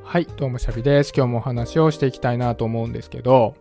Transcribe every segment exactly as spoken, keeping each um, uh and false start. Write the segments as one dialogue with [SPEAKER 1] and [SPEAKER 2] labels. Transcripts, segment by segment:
[SPEAKER 1] はい、どうもシャビです。今日もお話をしていきたいなと思うんですけど、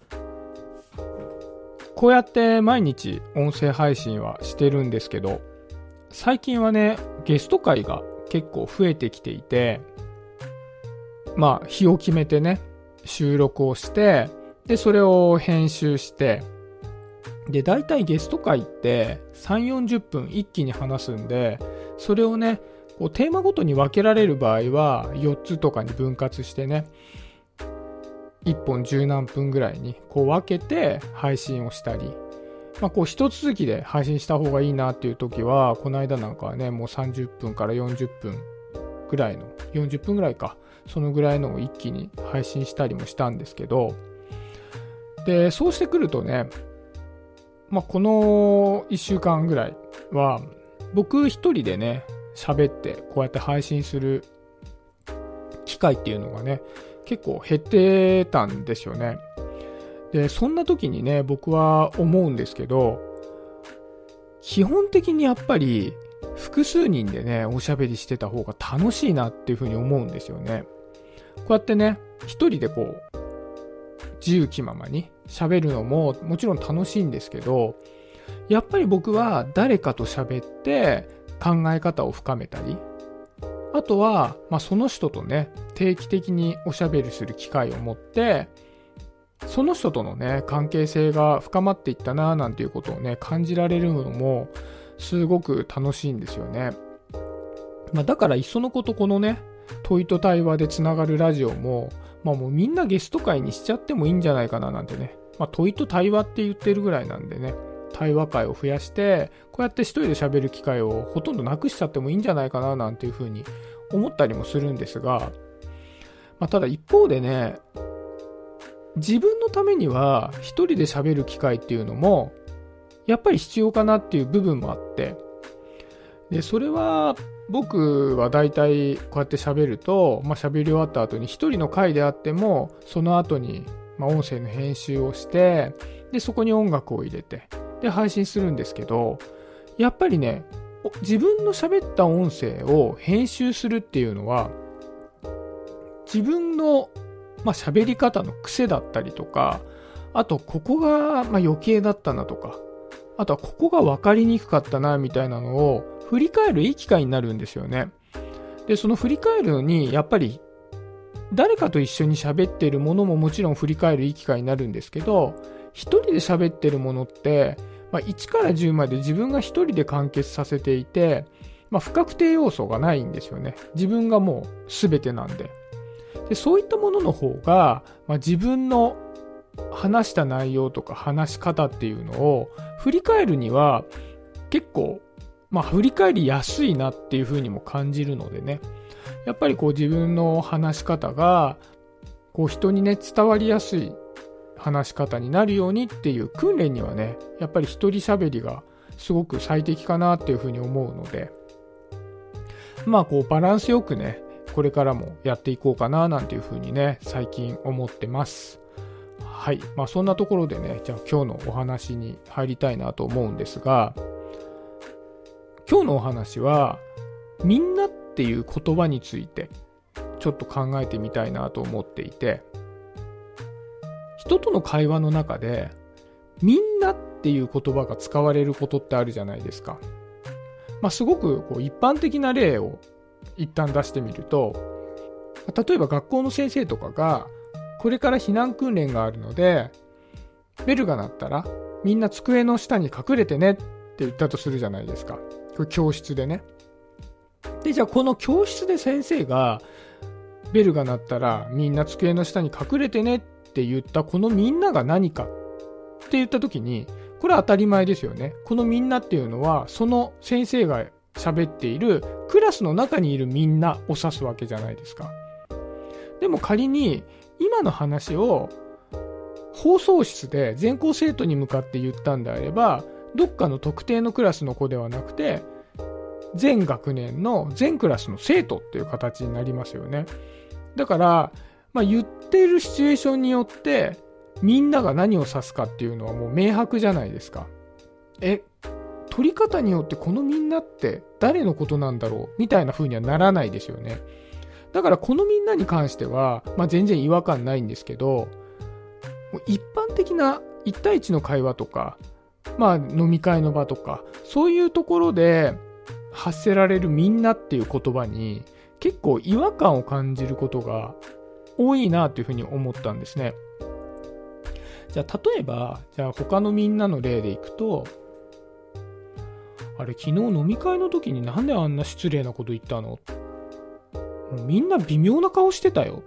[SPEAKER 1] こうやって毎日音声配信はしてるんですけど、最近はね、ゲスト会が結構増えてきていて、まあ、日を決めてね、収録をして、で、それを編集して、で、大体ゲスト会ってさんじゅう、よんじゅっぷん一気に話すんで、それをね、こうテーマごとに分けられる場合はよっつとかに分割してね、いっぽん十何分ぐらいにこう分けて配信をしたり、まあこう一続きで配信した方がいいなっていう時は、この間なんかはね、もうさんじゅっぷんからよんじゅっぷんぐらいの、よんじゅっぷんぐらいか、そのぐらいのを一気に配信したりもしたんですけど、で、そうしてくるとね、まあこのいっしゅうかんぐらいは僕一人でね、喋ってこうやって配信する機会っていうのがね、結構減ってたんですよね。で、そんな時にね、僕は思うんですけど、基本的にやっぱり複数人でね、おしゃべりしてた方が楽しいなっていうふうに思うんですよね。こうやってね、一人でこう自由気ままに喋るのももちろん楽しいんですけど、やっぱり僕は誰かと喋って考え方を深めたり、あとは、まあ、その人とね、定期的におしゃべりする機会を持って、その人とのね、関係性が深まっていったな、なんていうことをね、感じられるのも、すごく楽しいんですよね。まあ、だから、いっそのことこのね、問いと対話でつながるラジオも、まあもうみんなゲスト会にしちゃってもいいんじゃないかな、なんてね。まあ、問いと対話って言ってるぐらいなんでね。対話会を増やして、こうやって一人で喋る機会をほとんどなくしちゃってもいいんじゃないかななんていうふうに思ったりもするんですが、まあ、ただ一方でね、自分のためには一人で喋る機会っていうのもやっぱり必要かなっていう部分もあって、でそれは僕はだいたいこうやって喋ると、まあ、喋り終わった後に一人の回であっても、その後にまあ音声の編集をして、でそこに音楽を入れてで配信するんですけど、やっぱりね、自分の喋った音声を編集するっていうのは、自分のまあ喋り方の癖だったりとか、あとここがまあ余計だったなとか、あとはここが分かりにくかったなみたいなのを振り返るいい機会になるんですよね。で、その振り返るのにやっぱり誰かと一緒に喋っているものももちろん振り返るいい機会になるんですけど、一人で喋ってるものって、まあ、いちからじゅうまで自分が一人で完結させていて、まあ、不確定要素がないんですよね。自分がもう全てなんで。で、そういったものの方が、まあ、自分の話した内容とか話し方っていうのを振り返るには結構、まあ、振り返りやすいなっていうふうにも感じるのでね。やっぱりこう自分の話し方がこう人にね伝わりやすい話し方になるようにっていう訓練にはね、やっぱり一人喋りがすごく最適かなっていうふうに思うので、まあこうバランスよくね、これからもやっていこうかななんていうふうにね、最近思ってます。はい。まあそんなところでね、じゃあ今日のお話に入りたいなと思うんですが、今日のお話は、みんなっていう言葉についてちょっと考えてみたいなと思っていて、人との会話の中でみんなっていう言葉が使われることってあるじゃないですか。まあ、すごくこう一般的な例を一旦出してみると、例えば学校の先生とかがこれから避難訓練があるのでベルが鳴ったらみんな机の下に隠れてねって言ったとするじゃないですか。これ教室でね。で、じゃあこの教室で先生がベルが鳴ったらみんな机の下に隠れてねって言ったこのみんなが何かって言った時に、これは当たり前ですよね。このみんなっていうのはその先生が喋っているクラスの中にいるみんなを指すわけじゃないですか。でも仮に今の話を放送室で全校生徒に向かって言ったんであれば、どっかの特定のクラスの子ではなくて全学年の全クラスの生徒っていう形になりますよね。だから、まあ、言っているシチュエーションによってみんなが何を指すかっていうのはもう明白じゃないですか。え、取り方によってこのみんなって誰のことなんだろうみたいな風にはならないですよね。 だからこのみんなに関しては、まあ、全然違和感ないんですけど、一般的ないち対いちの会話とか、まあ、飲み会の場とか、そういうところで発せられるみんなっていう言葉に結構違和感を感じることが多いなというふうに思ったんですね。じゃあ例えば、じゃあ他のみんなの例でいくと、あれ昨日飲み会の時になんであんな失礼なこと言ったの？もうみんな微妙な顔してたよ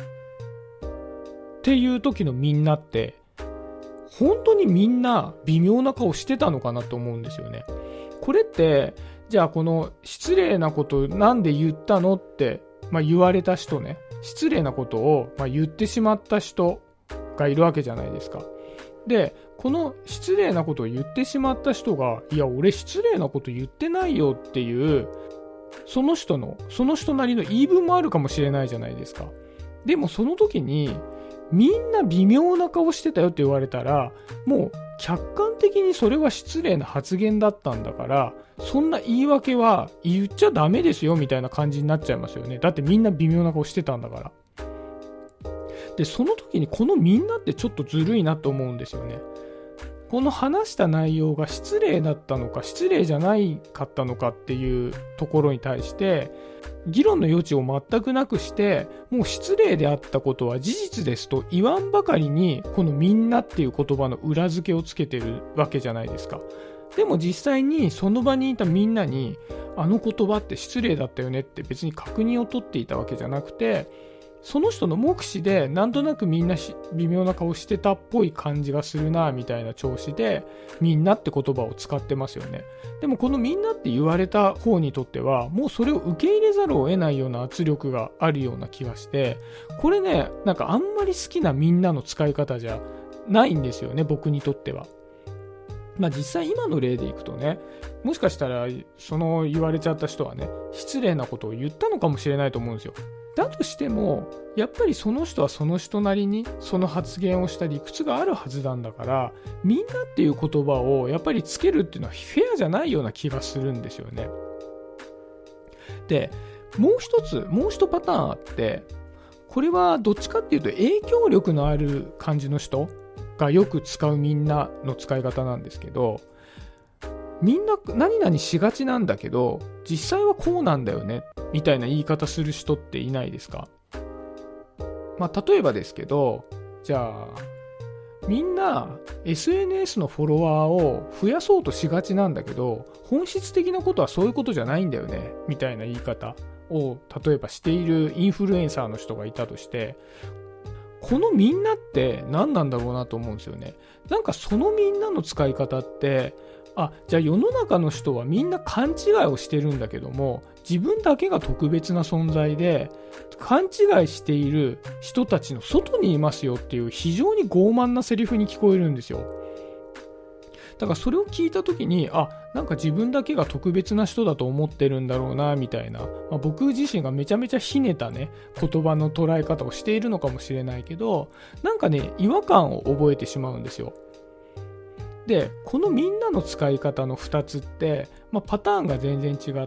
[SPEAKER 1] っていう時のみんなって本当にみんな微妙な顔してたのかなと思うんですよね。これってじゃあこの失礼なことなんで言ったのって、まあ、言われた人ね、失礼なことをまあ言ってしまった人がいるわけじゃないですか。で、この失礼なことを言ってしまった人が、いや俺失礼なこと言ってないよっていう、その人のその人なりの言い分もあるかもしれないじゃないですか。でもその時にみんな微妙な顔してたよって言われたら、もう客観的にそれは失礼な発言だったんだから、そんな言い訳は言っちゃダメですよみたいな感じになっちゃいますよね。だってみんな微妙な顔してたんだから。で、その時にこのみんなってちょっとずるいなと思うんですよね。この話した内容が失礼だったのか失礼じゃないかったのかっていうところに対して議論の余地を全くなくして、もう失礼であったことは事実ですと言わんばかりに、このみんなっていう言葉の裏付けをつけてるわけじゃないですか。でも実際にその場にいたみんなに、あの言葉って失礼だったよねって別に確認を取っていたわけじゃなくて、その人の目視でなんとなくみんな微妙な顔してたっぽい感じがするなみたいな調子でみんなって言葉を使ってますよね。でもこのみんなって言われた方にとってはもうそれを受け入れざるを得ないような圧力があるような気がして、これね、なんかあんまり好きなみんなの使い方じゃないんですよね、僕にとっては。まあ実際今の例でいくとね、もしかしたらその言われちゃった人はね、失礼なことを言ったのかもしれないと思うんですよ。だとしてもやっぱりその人はその人なりにその発言をした理屈があるはずなんだから、みんなっていう言葉をやっぱりつけるっていうのはフェアじゃないような気がするんですよね。で、もう一つもう一パターンあって、これはどっちかっていうと影響力のある感じの人がよく使うみんなの使い方なんですけど、みんな何々しがちなんだけど実際はこうなんだよねみたいな言い方する人っていないですか？まあ例えばですけど、じゃあみんな エスエヌエス のフォロワーを増やそうとしがちなんだけど本質的なことはそういうことじゃないんだよねみたいな言い方を例えばしているインフルエンサーの人がいたとして、このみんなって何なんだろうなと思うんですよね。なんかそのみんなの使い方って、あ、じゃあ世の中の人はみんな勘違いをしてるんだけども自分だけが特別な存在で勘違いしている人たちの外にいますよっていう非常に傲慢なセリフに聞こえるんですよ。だからそれを聞いた時に、あ、なんか自分だけが特別な人だと思ってるんだろうなみたいな、まあ、僕自身がめちゃめちゃひねたね言葉の捉え方をしているのかもしれないけど、なんかね違和感を覚えてしまうんですよ。で、このみんなの使い方のふたつって、まあ、パターンが全然違って、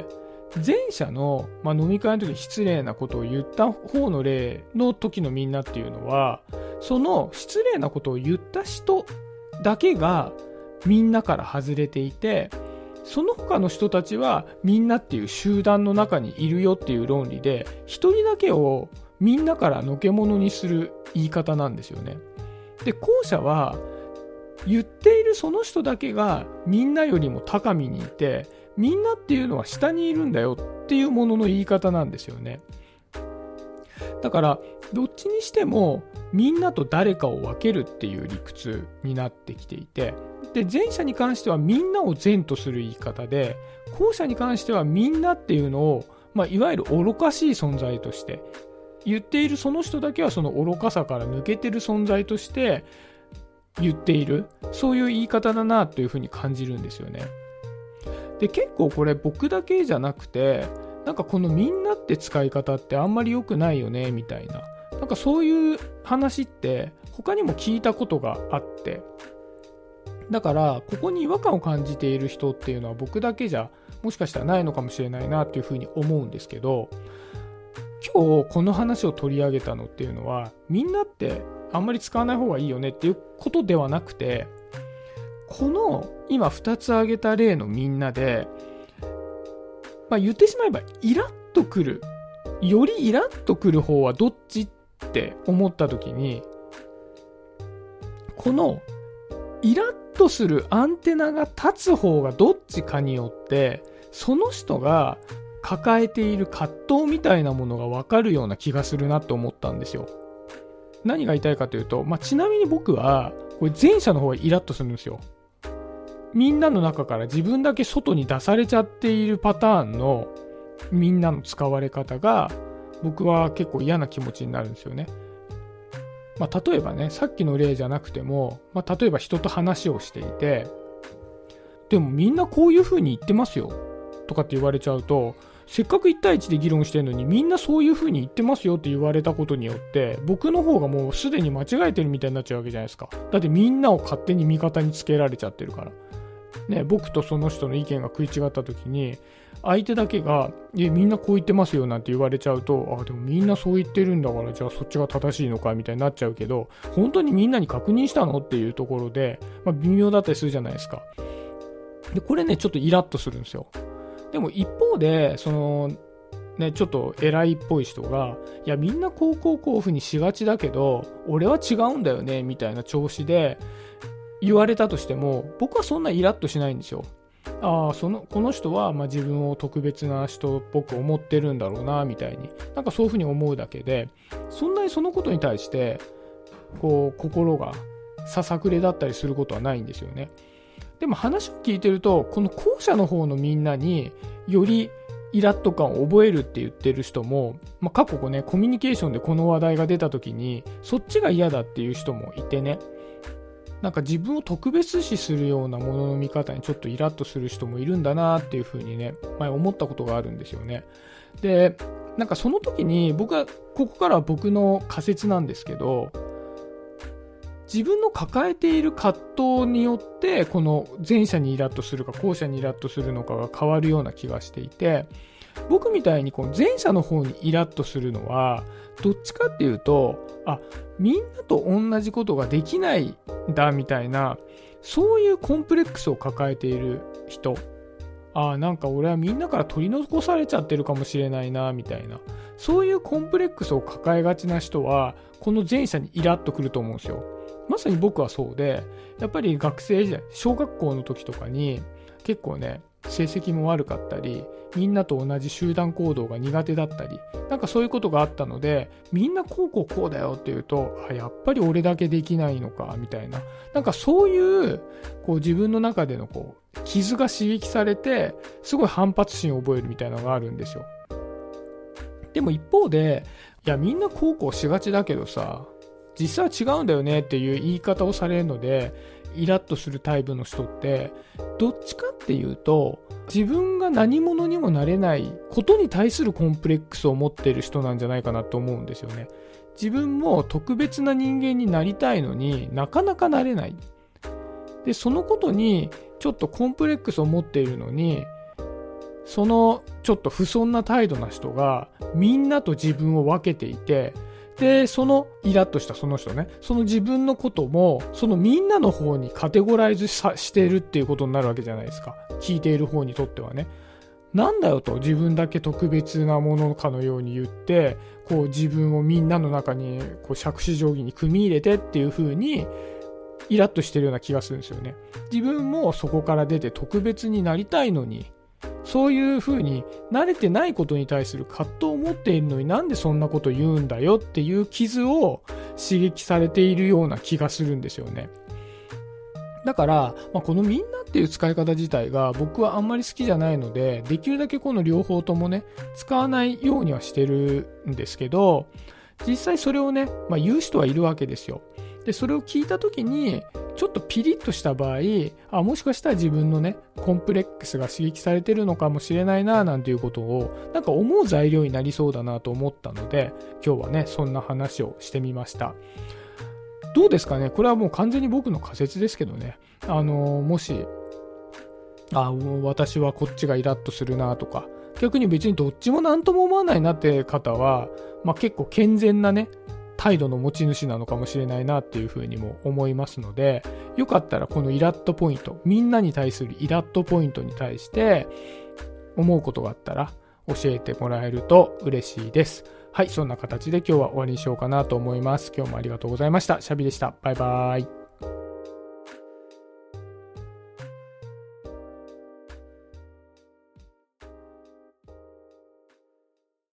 [SPEAKER 1] 前者の、まあ、飲み会の時に失礼なことを言った方の例の時のみんなっていうのは、その失礼なことを言った人だけがみんなから外れていて、その他の人たちはみんなっていう集団の中にいるよっていう論理で一人だけをみんなからのけ者にする言い方なんですよね。で、後者は言っているその人だけがみんなよりも高みにいて、みんなっていうのは下にいるんだよっていうものの言い方なんですよね。だからどっちにしてもみんなと誰かを分けるっていう理屈になってきていて、で、前者に関してはみんなを善とする言い方で、後者に関してはみんなっていうのを、まあ、いわゆる愚かしい存在として言っている、その人だけはその愚かさから抜けてる存在として言っている、そういう言い方だなというふうに感じるんですよね。で、結構これ僕だけじゃなくて、なんかこのみんなって使い方ってあんまり良くないよねみたいな、なんかそういう話って他にも聞いたことがあって、だからここに違和感を感じている人っていうのは僕だけじゃもしかしたらないのかもしれないなっていうふうに思うんですけど、 今日この話を取り上げたのっていうのは、みんなってあんまり使わない方がいいよねっていうことではなくて、この今ふたつ挙げた例のみんなで、まあ、言ってしまえばイラッとくる、よりイラッとくる方はどっちって思った時に、このイラッとするアンテナが立つ方がどっちかによって、その人が抱えている葛藤みたいなものが分かるような気がするなって思ったんですよ。何が言いたいかというと、まあ、ちなみに僕はこれ前者の方がイラッとするんですよ。みんなの中から自分だけ外に出されちゃっているパターンのみんなの使われ方が僕は結構嫌な気持ちになるんですよね。まあ、例えばね、さっきの例じゃなくても、まあ、例えば人と話をしていて、でもみんなこういう風に言ってますよとかって言われちゃうと、せっかくいち対いちで議論してるのにみんなそういう風に言ってますよって言われたことによって、僕の方がもうすでに間違えてるみたいになっちゃうわけじゃないですか。だってみんなを勝手に味方につけられちゃってるからね。僕とその人の意見が食い違った時に、相手だけがいやみんなこう言ってますよなんて言われちゃうと、あでもみんなそう言ってるんだから、じゃあそっちが正しいのかみたいになっちゃうけど、本当にみんなに確認したのっていうところで、まあ、微妙だったりするじゃないですか。でこれねちょっとイラッとするんですよ。でも一方でそのねちょっと偉いっぽい人が、いやみんなこうこうこういうふうにしがちだけど俺は違うんだよねみたいな調子で言われたとしても、僕はそんなイラッとしないんですよ。ああ、そのこの人はまあ自分を特別な人っぽく思ってるんだろうなみたいに、なんかそういうふうに思うだけで、そんなにそのことに対してこう心がささくれだったりすることはないんですよね。でも話を聞いてると、この後者の方のみんなによりイラッと感を覚えるって言ってる人も、まあ、過去ねコミュニケーションでこの話題が出た時にそっちが嫌だっていう人もいてね、なんか自分を特別視するようなものの見方にちょっとイラッとする人もいるんだなっていうふうにね、前思ったことがあるんですよね。で、なんかその時に僕は、ここからは僕の仮説なんですけど、自分の抱えている葛藤によってこの前者にイラッとするか後者にイラッとするのかが変わるような気がしていて、僕みたいにこの前者の方にイラッとするのはどっちかっていうと、あ、みんなと同じことができないんだみたいな、そういうコンプレックスを抱えている人、あ、なんか俺はみんなから取り残されちゃってるかもしれないなみたいな、そういうコンプレックスを抱えがちな人はこの前者にイラッとくると思うんですよ。まさに僕はそうで、やっぱり学生時代、小学校の時とかに結構ね成績も悪かったり、みんなと同じ集団行動が苦手だったり、なんかそういうことがあったので、みんなこうこうこうだよって言うと、あ、やっぱり俺だけできないのかみたいな、なんかそういうこう自分の中でのこう傷が刺激されて、すごい反発心を覚えるみたいなのがあるんですよ。でも一方で、いやみんなこうこうしがちだけどさ、実際は違うんだよねっていう言い方をされるのでイラッとするタイプの人って、どっちかっていうと自分が何者にもなれないことに対するコンプレックスを持っている人なんじゃないかなと思うんですよね。自分も特別な人間になりたいのになかなかなれない。で、そのことにちょっとコンプレックスを持っているのに、そのちょっと不遜な態度な人がみんなと自分を分けていて、で、そのイラッとしたその人ね、その自分のこともそのみんなの方にカテゴライズしてるっていうことになるわけじゃないですか。聞いている方にとってはね、なんだよと、自分だけ特別なものかのように言って、こう自分をみんなの中にこう杓子定規に組み入れてっていう風にイラッとしてるような気がするんですよね。自分もそこから出て特別になりたいのに、そういう風に慣れてないことに対する葛藤を持っているのに、なんでそんなこと言うんだよっていう傷を刺激されているような気がするんですよね。だから、まあ、このみんなっていう使い方自体が僕はあんまり好きじゃないので、できるだけこの両方ともね使わないようにはしてるんですけど、実際それをね、まあ、言う人はいるわけですよ。で、それを聞いた時にちょっとピリッとした場合、あ、もしかしたら自分のねコンプレックスが刺激されてるのかもしれないななんていうことをなんか思う材料になりそうだなと思ったので、今日はねそんな話をしてみました。どうですかね、これはもう完全に僕の仮説ですけどね、あのー、もしあ、もう私はこっちがイラッとするなとか、逆に別にどっちも何とも思わないなって方は、まあ、結構健全なね、態度の持ち主なのかもしれないなっていうふうにも思いますので、よかったらこのイラッとポイント、みんなに対するイラッとポイントに対して思うことがあったら教えてもらえると嬉しいです。はい、そんな形で今日は終わりにしようかなと思います。今日もありがとうございました。シャビでした。バイバーイ。